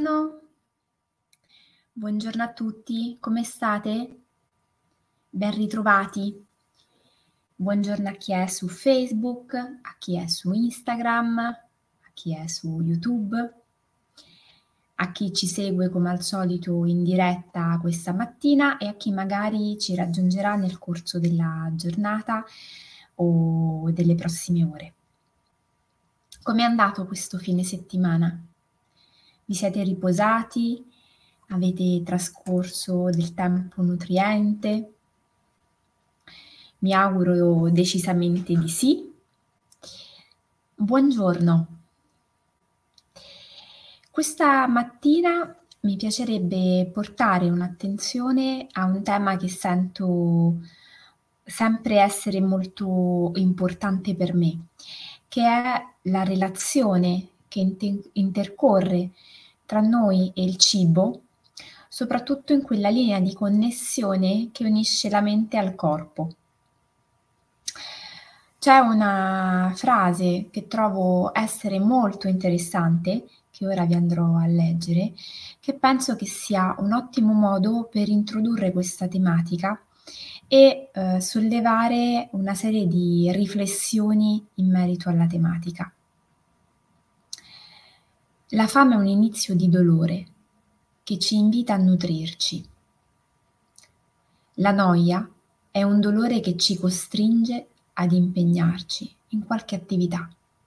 No. Buongiorno a tutti, come state? Ben ritrovati. Buongiorno a chi è su Facebook, a chi è su Instagram, a chi è su YouTube, a chi ci segue come al solito in diretta questa mattina e a chi magari ci raggiungerà nel corso della giornata o delle prossime ore. Com'è andato questo fine settimana? Vi siete riposati? Avete trascorso del tempo nutriente? Mi auguro decisamente di sì. Buongiorno. Questa mattina mi piacerebbe portare un'attenzione a un tema che sento sempre essere molto importante per me, che è la relazione che intercorre tra noi e il cibo, soprattutto in quella linea di connessione che unisce la mente al corpo. C'è una frase che trovo essere molto interessante, che ora vi andrò a leggere, che penso che sia un ottimo modo per introdurre questa tematica e sollevare una serie di riflessioni in merito alla tematica. La fame è un inizio di dolore che ci invita a nutrirci. La noia è un dolore che ci costringe ad impegnarci in qualche attività.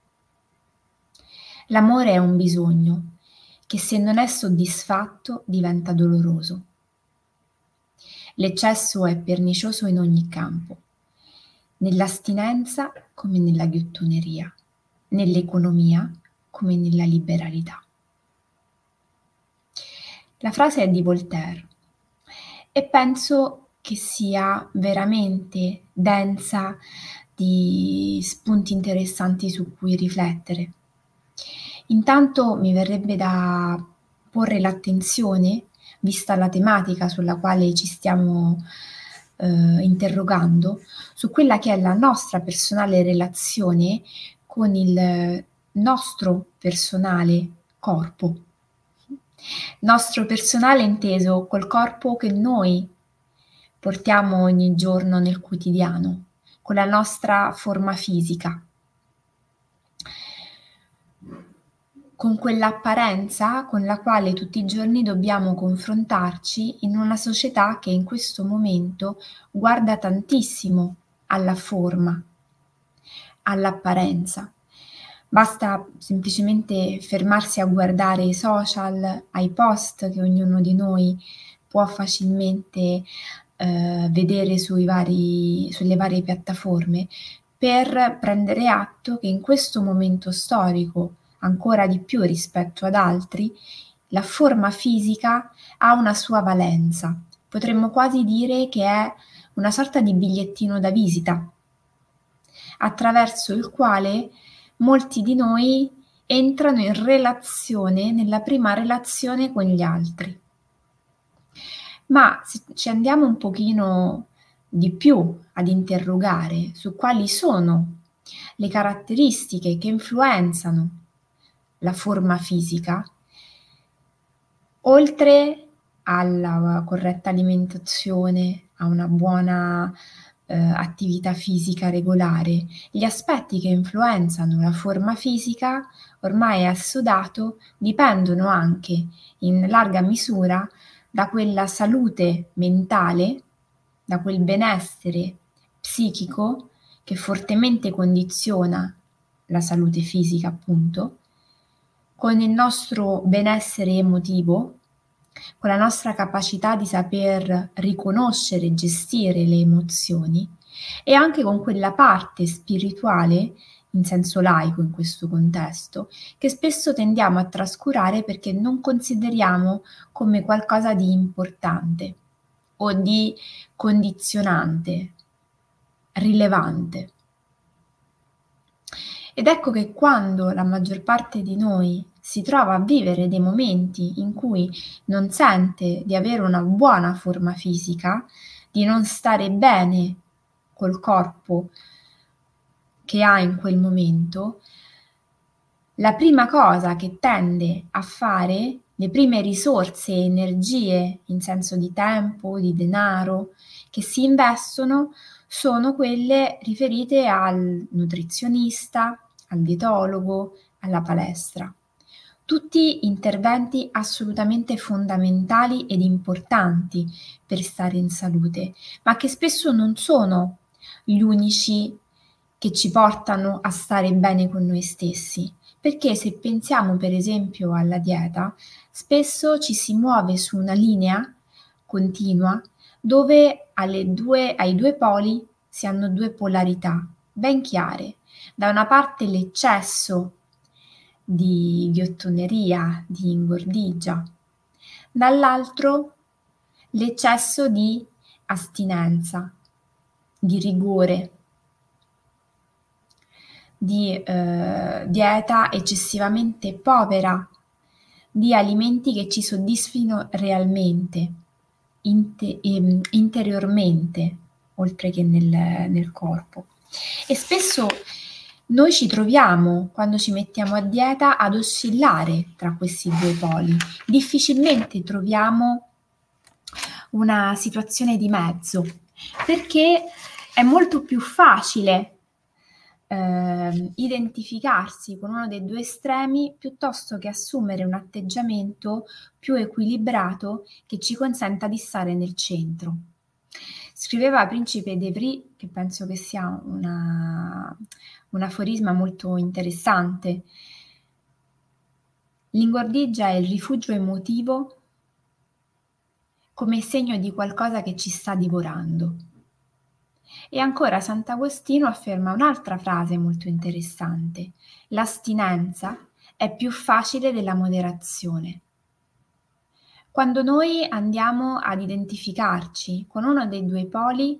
L'amore è un bisogno che, se non è soddisfatto, diventa doloroso. L'eccesso è pernicioso in ogni campo, nell'astinenza come nella ghiottoneria, nell'economia come nella liberalità. La frase è di Voltaire e penso che sia veramente densa di spunti interessanti su cui riflettere. Intanto mi verrebbe da porre l'attenzione, vista la tematica sulla quale ci stiamo interrogando, su quella che è la nostra personale relazione con il nostro personale corpo. Nostro personale inteso col corpo che noi portiamo ogni giorno nel quotidiano, con la nostra forma fisica. Con quell'apparenza con la quale tutti i giorni dobbiamo confrontarci in una società che in questo momento guarda tantissimo alla forma, all'apparenza. Basta semplicemente fermarsi a guardare i social, ai post che ognuno di noi può facilmente vedere sulle varie piattaforme, per prendere atto che in questo momento storico, ancora di più rispetto ad altri, la forma fisica ha una sua valenza. Potremmo quasi dire che è una sorta di bigliettino da visita, attraverso il quale molti di noi entrano in relazione, nella prima relazione con gli altri. Ma se ci andiamo un pochino di più ad interrogare su quali sono le caratteristiche che influenzano la forma fisica, oltre alla corretta alimentazione, a una buona attività fisica regolare, gli aspetti che influenzano la forma fisica, ormai è assodato, dipendono anche in larga misura da quella salute mentale, da quel benessere psichico che fortemente condiziona la salute fisica, appunto, con il nostro benessere emotivo, con la nostra capacità di saper riconoscere e gestire le emozioni e anche con quella parte spirituale, in senso laico in questo contesto, che spesso tendiamo a trascurare perché non consideriamo come qualcosa di importante o di condizionante, rilevante. Ed ecco che quando la maggior parte di noi si trova a vivere dei momenti in cui non sente di avere una buona forma fisica, di non stare bene col corpo che ha in quel momento, la prima cosa che tende a fare le prime risorse e energie in senso di tempo, di denaro, che si investono sono quelle riferite al nutrizionista, al dietologo, alla palestra. Tutti interventi assolutamente fondamentali ed importanti per stare in salute, ma che spesso non sono gli unici che ci portano a stare bene con noi stessi. Perché se pensiamo per esempio alla dieta, spesso ci si muove su una linea continua dove ai due poli si hanno due polarità ben chiare. Da una parte l'eccesso di ghiottoneria, di ingordigia, dall'altro l'eccesso di astinenza, di rigore, di dieta eccessivamente povera di alimenti che ci soddisfino realmente, interiormente, oltre che nel corpo. E spesso noi ci troviamo, quando ci mettiamo a dieta, ad oscillare tra questi due poli. Difficilmente troviamo una situazione di mezzo, perché è molto più facile identificarsi con uno dei due estremi piuttosto che assumere un atteggiamento più equilibrato che ci consenta di stare nel centro. Scriveva Principe de Vries, che penso che sia un aforisma molto interessante: l'ingordigia è il rifugio emotivo come segno di qualcosa che ci sta divorando. E ancora Sant'Agostino afferma un'altra frase molto interessante: l'astinenza è più facile della moderazione. Quando noi andiamo ad identificarci con uno dei due poli,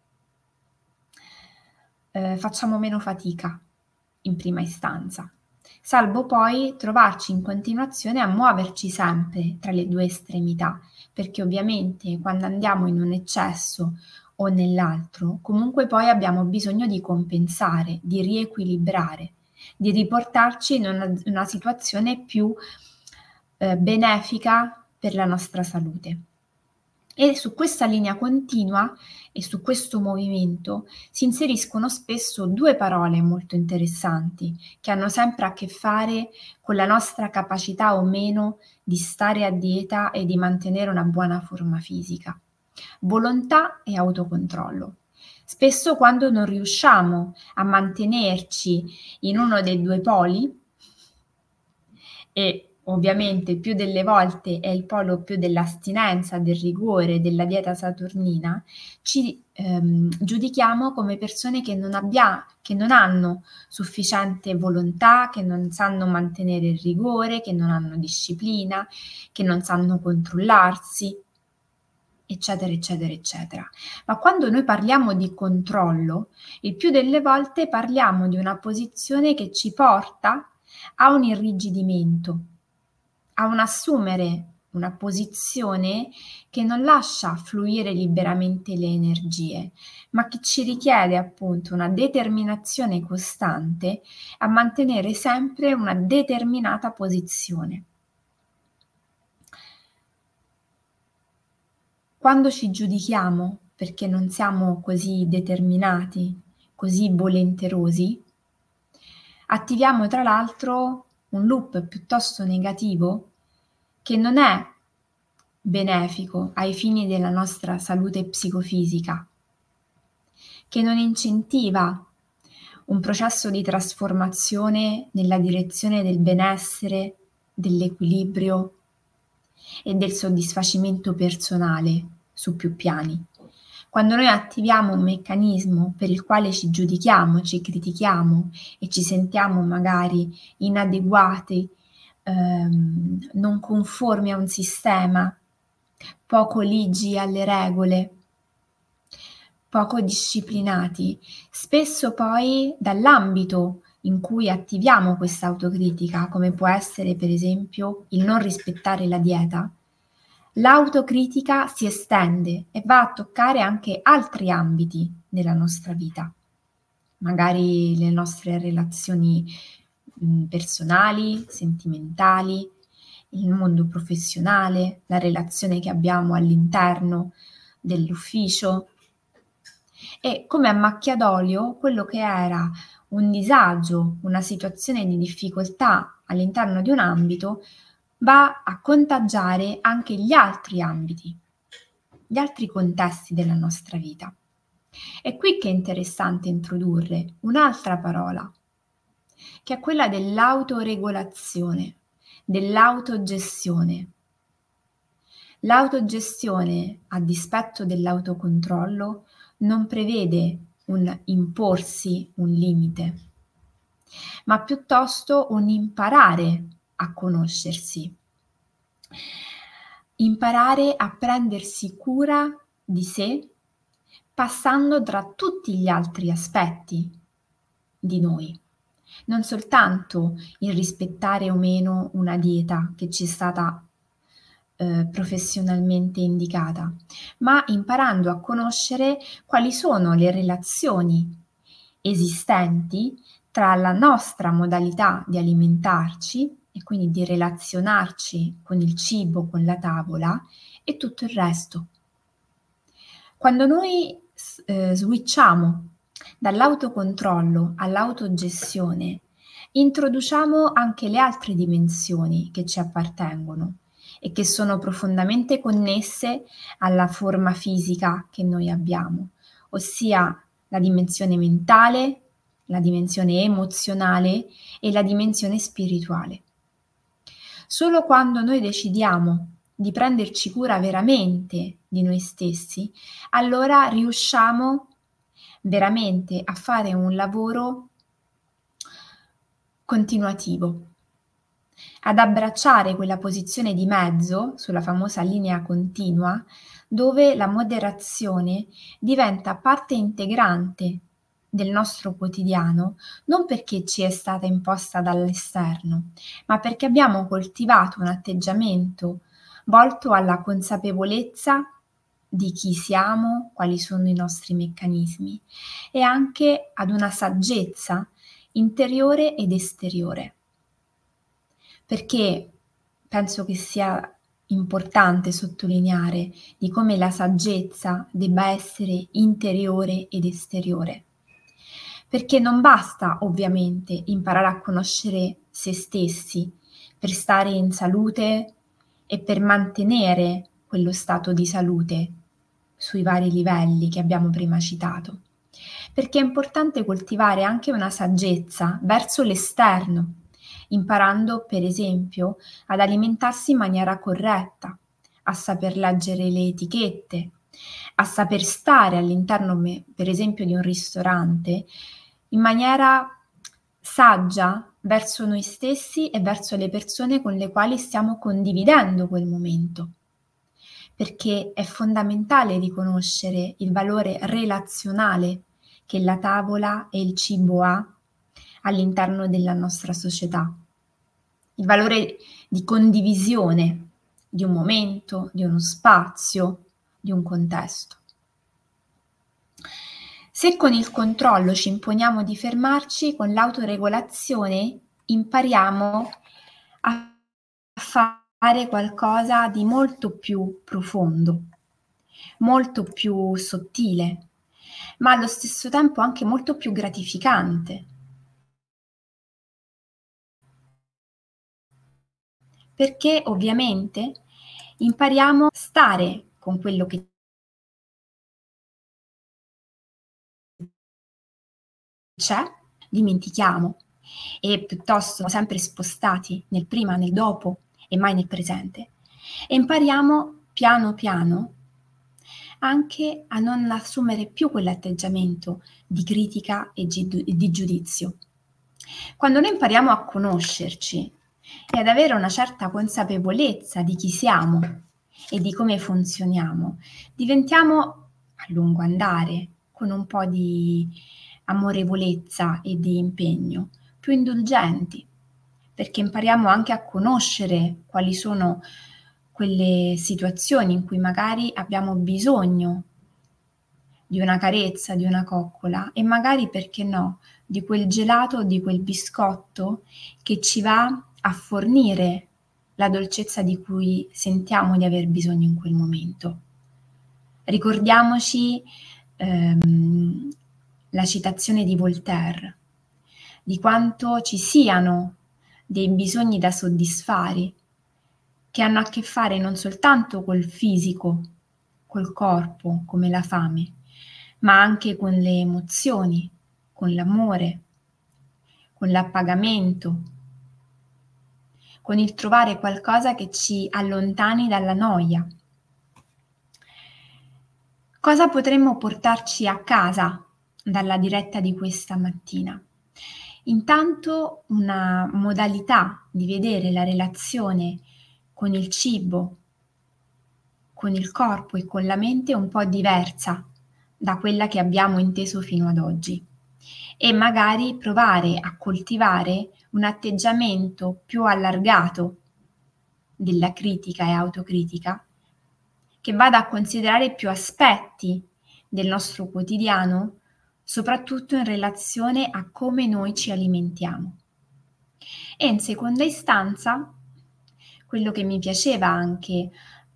facciamo meno fatica in prima istanza, salvo poi trovarci in continuazione a muoverci sempre tra le due estremità, perché ovviamente quando andiamo in un eccesso o nell'altro, comunque poi abbiamo bisogno di compensare, di riequilibrare, di riportarci in una situazione più benefica per la nostra salute. E su questa linea continua e su questo movimento si inseriscono spesso due parole molto interessanti che hanno sempre a che fare con la nostra capacità o meno di stare a dieta e di mantenere una buona forma fisica: volontà e autocontrollo. Spesso quando non riusciamo a mantenerci in uno dei due poli, e ovviamente più delle volte è il polo più dell'astinenza, del rigore, della dieta saturnina, ci giudichiamo come persone che non hanno sufficiente volontà, che non sanno mantenere il rigore, che non hanno disciplina, che non sanno controllarsi, eccetera, eccetera, eccetera. Ma quando noi parliamo di controllo, il più delle volte parliamo di una posizione che ci porta a un irrigidimento, a un assumere una posizione che non lascia fluire liberamente le energie, ma che ci richiede appunto una determinazione costante a mantenere sempre una determinata posizione. Quando ci giudichiamo perché non siamo così determinati, così volenterosi, attiviamo tra l'altro un loop piuttosto negativo che non è benefico ai fini della nostra salute psicofisica, che non incentiva un processo di trasformazione nella direzione del benessere, dell'equilibrio e del soddisfacimento personale su più piani. Quando noi attiviamo un meccanismo per il quale ci giudichiamo, ci critichiamo e ci sentiamo magari inadeguati, non conformi a un sistema, poco ligi alle regole, poco disciplinati, spesso poi dall'ambito in cui attiviamo questa autocritica, come può essere per esempio il non rispettare la dieta, l'autocritica si estende e va a toccare anche altri ambiti della nostra vita, magari le nostre relazioni personali, sentimentali, il mondo professionale, la relazione che abbiamo all'interno dell'ufficio. E come a macchia d'olio, quello che era un disagio, una situazione di difficoltà all'interno di un ambito, va a contagiare anche gli altri ambiti, gli altri contesti della nostra vita. È qui che è interessante introdurre un'altra parola, che è quella dell'autoregolazione, dell'autogestione. L'autogestione, a dispetto dell'autocontrollo, non prevede un imporsi un limite, ma piuttosto un imparare a conoscersi, imparare a prendersi cura di sé, passando tra tutti gli altri aspetti di noi. Non soltanto il rispettare o meno una dieta che ci è stata professionalmente indicata, ma imparando a conoscere quali sono le relazioni esistenti tra la nostra modalità di alimentarci e quindi di relazionarci con il cibo, con la tavola e tutto il resto. Quando noi switchiamo dall'autocontrollo all'autogestione, introduciamo anche le altre dimensioni che ci appartengono e che sono profondamente connesse alla forma fisica che noi abbiamo, ossia la dimensione mentale, la dimensione emozionale e la dimensione spirituale. Solo quando noi decidiamo di prenderci cura veramente di noi stessi, allora riusciamo veramente a fare un lavoro continuativo, ad abbracciare quella posizione di mezzo, sulla famosa linea continua, dove la moderazione diventa parte integrante del nostro quotidiano, non perché ci è stata imposta dall'esterno, ma perché abbiamo coltivato un atteggiamento volto alla consapevolezza di chi siamo, quali sono i nostri meccanismi e anche ad una saggezza interiore ed esteriore. Perché penso che sia importante sottolineare di come la saggezza debba essere interiore ed esteriore. Perché non basta ovviamente imparare a conoscere se stessi per stare in salute e per mantenere quello stato di salute sui vari livelli che abbiamo prima citato. Perché è importante coltivare anche una saggezza verso l'esterno, imparando per esempio ad alimentarsi in maniera corretta, a saper leggere le etichette, a saper stare all'interno, per esempio, di un ristorante in maniera saggia verso noi stessi e verso le persone con le quali stiamo condividendo quel momento. Perché è fondamentale riconoscere il valore relazionale che la tavola e il cibo ha all'interno della nostra società. Il valore di condivisione di un momento, di uno spazio, di un contesto. Se con il controllo ci imponiamo di fermarci, con l'autoregolazione impariamo a fare qualcosa di molto più profondo, molto più sottile, ma allo stesso tempo anche molto più gratificante. Perché ovviamente impariamo a stare con quello che c'è, dimentichiamo e piuttosto siamo sempre spostati nel prima, nel dopo e mai nel presente. E impariamo piano piano anche a non assumere più quell'atteggiamento di critica e di giudizio. Quando noi impariamo a conoscerci e ad avere una certa consapevolezza di chi siamo e di come funzioniamo, diventiamo a lungo andare, con un po' di amorevolezza e di impegno, più indulgenti, perché impariamo anche a conoscere quali sono quelle situazioni in cui magari abbiamo bisogno di una carezza, di una coccola e magari, perché no, di quel gelato o di quel biscotto che ci va a fornire la dolcezza di cui sentiamo di aver bisogno in quel momento. Ricordiamoci la citazione di Voltaire, di quanto ci siano dei bisogni da soddisfare che hanno a che fare non soltanto col fisico, col corpo, come la fame, ma anche con le emozioni, con l'amore, con l'appagamento, con il trovare qualcosa che ci allontani dalla noia. Cosa potremmo portarci a casa dalla diretta di questa mattina? Intanto una modalità di vedere la relazione con il cibo, con il corpo e con la mente un po' diversa da quella che abbiamo inteso fino ad oggi, e magari provare a coltivare un atteggiamento più allargato della critica e autocritica, che vada a considerare più aspetti del nostro quotidiano, soprattutto in relazione a come noi ci alimentiamo. E in seconda istanza, quello che mi piaceva anche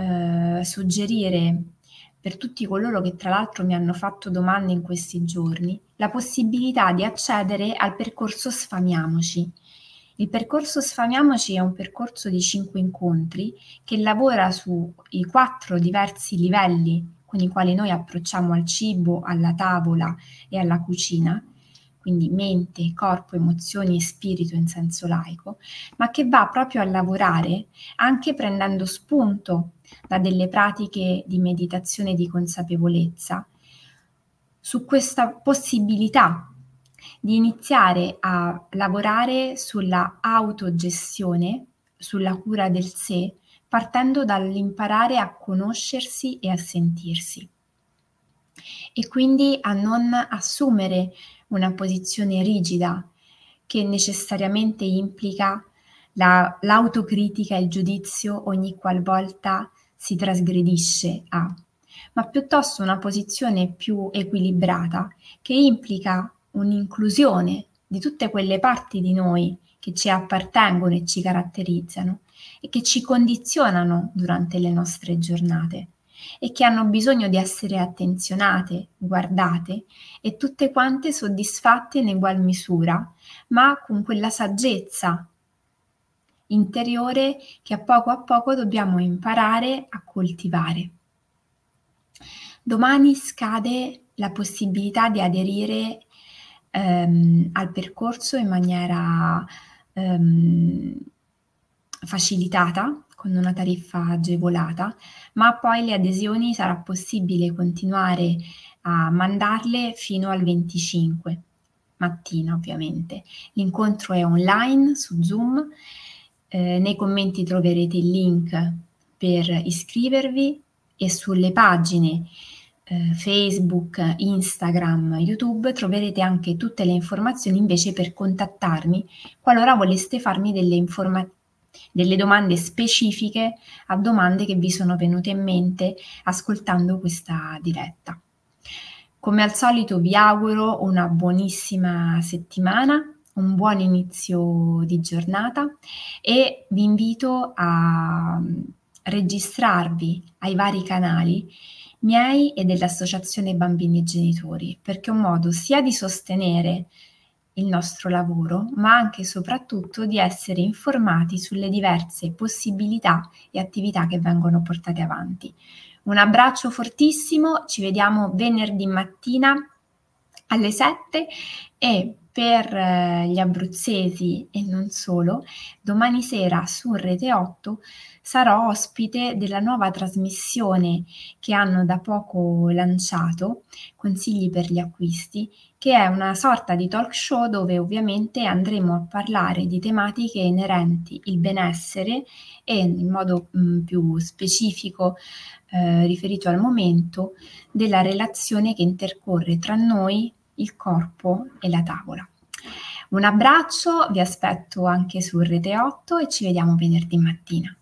suggerire per tutti coloro che tra l'altro mi hanno fatto domande in questi giorni, la possibilità di accedere al percorso Sfamiamoci. Il percorso Sfamiamoci è un percorso di 5 incontri che lavora sui 4 diversi livelli con i quali noi approcciamo al cibo, alla tavola e alla cucina, quindi mente, corpo, emozioni e spirito in senso laico, ma che va proprio a lavorare anche prendendo spunto da delle pratiche di meditazione e di consapevolezza su questa possibilità di iniziare a lavorare sulla autogestione, sulla cura del sé, partendo dall'imparare a conoscersi e a sentirsi. E quindi a non assumere una posizione rigida che necessariamente implica l'autocritica e il giudizio ogni qualvolta si trasgredisce ma piuttosto una posizione più equilibrata che implica un'inclusione di tutte quelle parti di noi che ci appartengono e ci caratterizzano e che ci condizionano durante le nostre giornate e che hanno bisogno di essere attenzionate, guardate e tutte quante soddisfatte in egual misura, ma con quella saggezza interiore che a poco dobbiamo imparare a coltivare. Domani scade la possibilità di aderire al percorso in maniera facilitata, con una tariffa agevolata, ma poi le adesioni sarà possibile continuare a mandarle fino al 25 mattina, ovviamente. L'incontro è online su Zoom, nei commenti troverete il link per iscrivervi e sulle pagine Facebook, Instagram, YouTube troverete anche tutte le informazioni invece per contattarmi qualora voleste farmi delle domande specifiche a domande che vi sono venute in mente ascoltando questa diretta. Come al solito vi auguro una buonissima settimana, un buon inizio di giornata e vi invito a registrarvi ai vari canali miei e dell'Associazione Bambini e Genitori, perché è un modo sia di sostenere il nostro lavoro, ma anche e soprattutto di essere informati sulle diverse possibilità e attività che vengono portate avanti. Un abbraccio fortissimo, ci vediamo venerdì mattina alle 7 e per gli abruzzesi e non solo, domani sera su Rete 8 sarò ospite della nuova trasmissione che hanno da poco lanciato, Consigli per gli acquisti, che è una sorta di talk show dove ovviamente andremo a parlare di tematiche inerenti il benessere e in modo più specifico riferito al momento della relazione che intercorre tra noi, il corpo e la tavola. Un abbraccio, vi aspetto anche su Rete 8 e ci vediamo venerdì mattina.